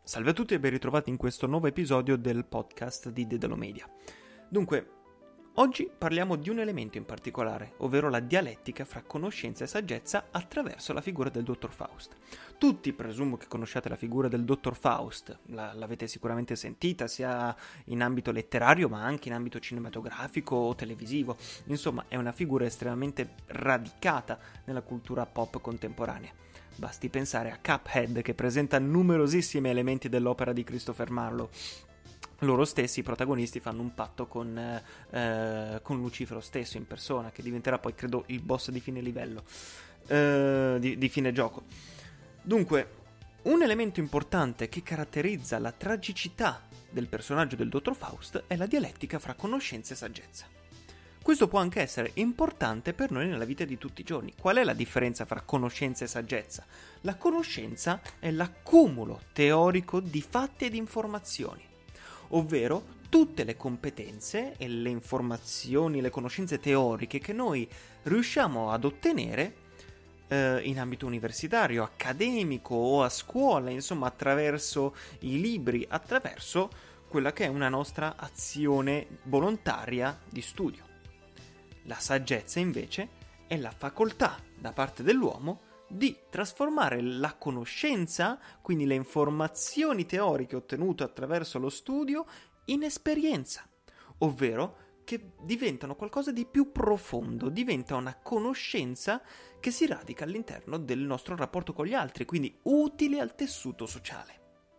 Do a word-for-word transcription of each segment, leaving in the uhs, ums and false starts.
Salve a tutti e ben ritrovati in questo nuovo episodio del podcast di Dedalo Media. Dunque, oggi parliamo di un elemento in particolare, ovvero la dialettica fra conoscenza e saggezza attraverso la figura del dottor Faust. Tutti presumo che conosciate la figura del dottor Faust, la, l'avete sicuramente sentita sia in ambito letterario ma anche in ambito cinematografico o televisivo. Insomma, è una figura estremamente radicata nella cultura pop contemporanea. Basti pensare a Cuphead, che presenta numerosissimi elementi dell'opera di Christopher Marlowe. Loro stessi, i protagonisti, fanno un patto con, eh, con Lucifero stesso in persona, che diventerà poi, credo, il boss di fine livello, eh, di, di fine gioco. Dunque, un elemento importante che caratterizza la tragicità del personaggio del dottor Faust è la dialettica fra conoscenza e saggezza. Questo può anche essere importante per noi nella vita di tutti i giorni. Qual è la differenza fra conoscenza e saggezza? La conoscenza è l'accumulo teorico di fatti e di informazioni, ovvero tutte le competenze e le informazioni, le conoscenze teoriche che noi riusciamo ad ottenere eh, in ambito universitario, accademico o a scuola, insomma attraverso i libri, attraverso quella che è una nostra azione volontaria di studio. La saggezza, invece, è la facoltà da parte dell'uomo di trasformare la conoscenza, quindi le informazioni teoriche ottenute attraverso lo studio, in esperienza, ovvero che diventano qualcosa di più profondo, diventa una conoscenza che si radica all'interno del nostro rapporto con gli altri, quindi utile al tessuto sociale.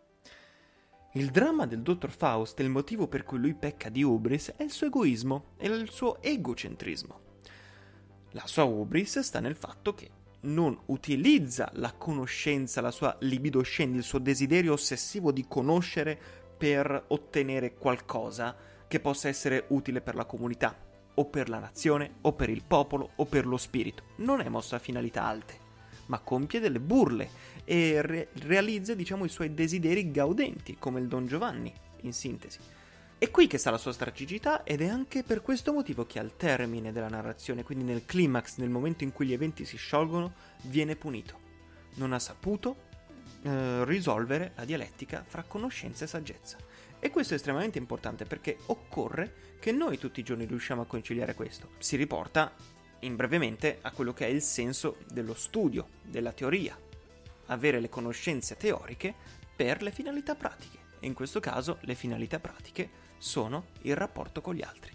Il dramma del dottor Faust e il motivo per cui lui pecca di ubris è il suo egoismo e il suo egocentrismo. La sua ubris sta nel fatto che non utilizza la conoscenza, la sua libido scendi, il suo desiderio ossessivo di conoscere per ottenere qualcosa che possa essere utile per la comunità, o per la nazione, o per il popolo, o per lo spirito. Non è mosso a finalità alte, ma compie delle burle e re- realizza, diciamo, i suoi desideri gaudenti, come il Don Giovanni, in sintesi. È qui che sta la sua tragicità ed è anche per questo motivo che al termine della narrazione, quindi nel climax, nel momento in cui gli eventi si sciolgono, viene punito. Non ha saputo eh, risolvere la dialettica fra conoscenza e saggezza. E questo è estremamente importante perché occorre che noi tutti i giorni riusciamo a conciliare questo. Si riporta in brevemente a quello che è il senso dello studio, della teoria, avere le conoscenze teoriche per le finalità pratiche, e in questo caso le finalità pratiche sono il rapporto con gli altri.